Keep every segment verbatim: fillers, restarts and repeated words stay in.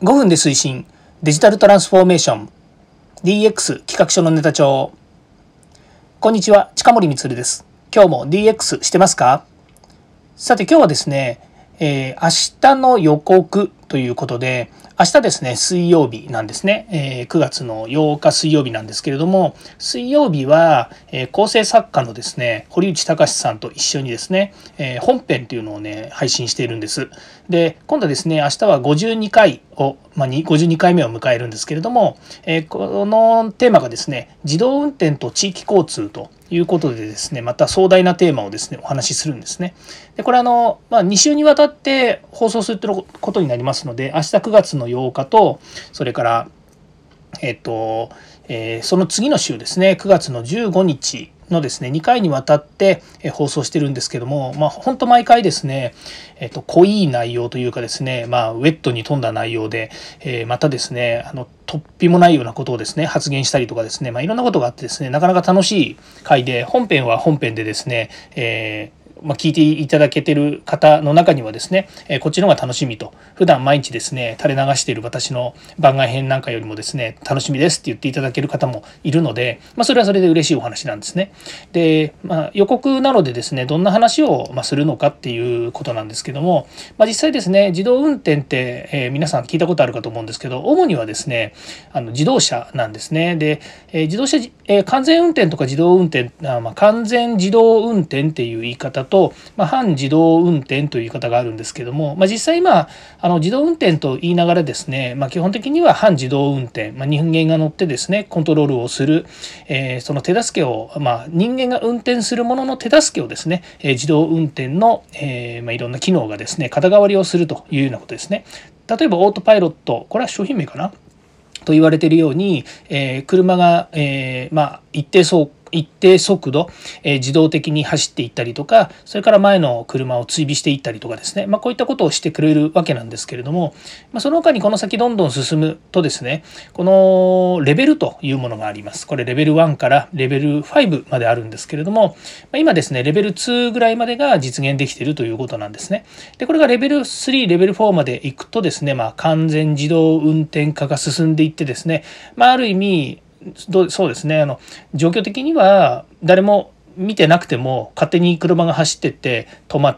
ごふんで推進デジタルトランスフォーメーション ディーエックス 企画書のネタ帳。こんにちは、近森光です。今日も ディーエックス してますか？さて今日はですね、えー、明日の予告ということで、明日ですね水曜日なんですね、えー、くがつのようか水曜日なんですけれども、水曜日は、えー、構成作家のですね堀内隆さんと一緒にですね、えー、本編というのをね配信しているんです。で今度はですね明日はごじゅうにかいを、まあ、ごじゅうにかいめを迎えるんですけれども、えー、このテーマがですね自動運転と地域交通ということでですね、また壮大なテーマをですねお話しするんですね。でこれあの、まあ、に週にわたって放送するということになりますので、明日くがつのようかと、それからえっと、えー、その次の週ですねくがつのじゅうごにちのですねにかいにわたって放送してるんですけども、まあ本当毎回ですね、えっと、濃い内容というかですね、まあウェットに富んだ内容で、えー、またですねあの突飛もないようなことをですね発言したりとかですね、まあいろんなことがあってですね、なかなか楽しい回で、本編は本編でですね、えーまあ、聞いていただけてる方の中にはですね、えー、こっちの方が楽しみと、普段毎日ですね垂れ流している私の番外編なんかよりもですね楽しみですって言っていただける方もいるので、まあ、それはそれで嬉しいお話なんですね。で、まあ、予告なのでですねどんな話をまあするのかっていうことなんですけども、まあ、実際ですね自動運転って、えー、皆さん聞いたことあるかと思うんですけど、主にはですねあの自動車なんですね。で、えー、自動車、えー、完全運転とか自動運転、あまあ、完全自動運転っていう言い方とと、まあ、半自動運転という言い方があるんですけども、まあ、実際今あの自動運転と言いながらですね、まあ、基本的には半自動運転、まあ、人間が乗ってですねコントロールをする、えー、その手助けを、まあ、人間が運転するものの手助けをですね、えー、自動運転の、えーまあ、いろんな機能がですね肩代わりをするというようなことですね。例えばオートパイロット、これは商品名かなと言われているように、えー、車が、えーまあ、一定走一定速度、えー、自動的に走っていったりとか、それから前の車を追尾していったりとかですね、まあ、こういったことをしてくれるわけなんですけれども、まあ、その他にこの先どんどん進むとですね、このレベルというものがあります。これレベルワンからレベルファイブまであるんですけれども、まあ、今ですねレベルツーぐらいまでが実現できているということなんですね。でこれがレベルスリーレベルフォーまでいくとですね、まあ、完全自動運転化が進んでいってですね、まあ、ある意味そうですねあの状況的には誰も見てなくても勝手に車が走ってって止まって、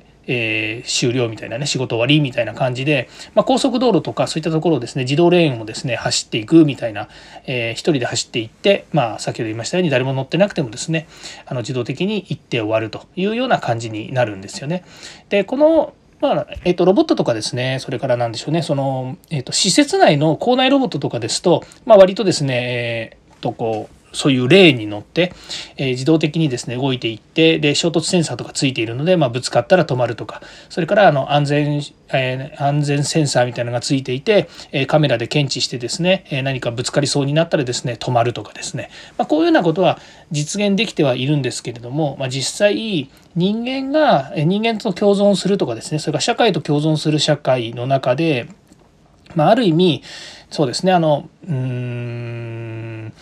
えー、終了みたいなね、仕事終わりみたいな感じで、まあ、高速道路とかそういったところをですね自動レーンをですね走っていくみたいな、えー、一人で走っていって、まあ、先ほど言いましたように誰も乗ってなくてもですねあの自動的に行って終わるというような感じになるんですよね。でこのまあえー、とロボットとかですね、それからなんでしょうね、その、えー、と施設内の校内ロボットとかですと、まあ、割とですね、えー、とこうそういうレーンに乗って、えー、自動的にですね動いていって、で衝突センサーとかついているので、まあ、ぶつかったら止まるとか、それからあの安全、えー、安全センサーみたいなのがついていて、えー、カメラで検知してですね、えー、何かぶつかりそうになったらですね止まるとかですね、まあ、こういうようなことは実現できてはいるんですけれども、まあ、実際人間が人間と共存するとかですね、それから社会と共存する社会の中で、まあ、ある意味そうですねあのうーん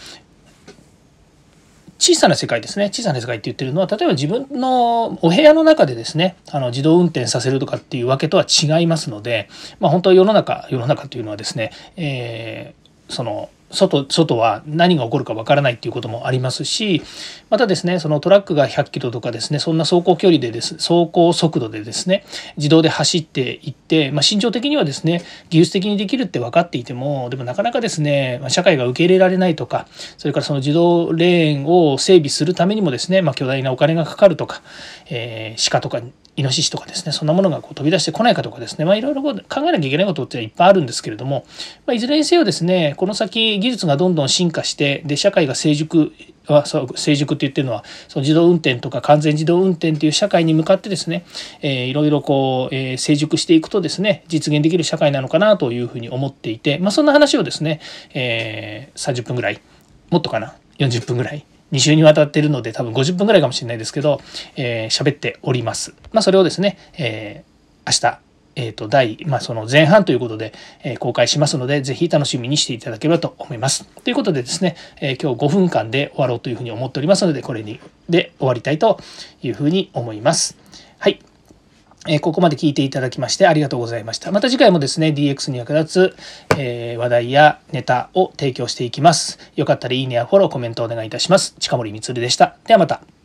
小さな世界ですね。小さな世界って言ってるのは、例えば自分のお部屋の中でですねあの自動運転させるとかっていうわけとは違いますので、まあ、本当は世の中世の中というのはですね、えー、その外外は何が起こるかわからないっていうこともありますし、またですねそのトラックがひゃっキロとかですね、そんな走行距離でです走行速度でですね自動で走っていって、まあ、身長的にはですね技術的にできるって分かっていても、でもなかなかですね社会が受け入れられないとか、それからその自動レーンを整備するためにもですね、まあ、巨大なお金がかかるとか、えー、鹿とかイノシシとかですね、そんなものがこう飛び出してこないかとかですね、まあ、いろいろ考えなきゃいけないことっていっぱいあるんですけれども、まあ、いずれにせよですねこの先技術がどんどん進化して、で社会が成熟はそう成熟って言ってるのはその自動運転とか完全自動運転という社会に向かってですね、えー、いろいろこう、えー、成熟していくとですね実現できる社会なのかなというふうに思っていて、まあ、そんな話をですね、えー、さんじゅっぷんぐらい、もっとかなよんじゅっぷんぐらいに週にわたっているので多分ごじゅっぷんぐらいかもしれないですけど、えー、喋っております。まあ、それをですね、えー、明日えー、と第、まあ、その前半ということで、えー、公開しますので、ぜひ楽しみにしていただければと思います。ということでですね、えー、今日ごふんかんで終わろうというふうに思っておりますので、これにで終わりたいというふうに思います。はい。 えー、ここまで聞いていただきましてありがとうございました。また次回もですね ディーエックス に役立つ、えー、話題やネタを提供していきます。よかったらいいねやフォロー、コメントお願いいたします。近森光でした。ではまた。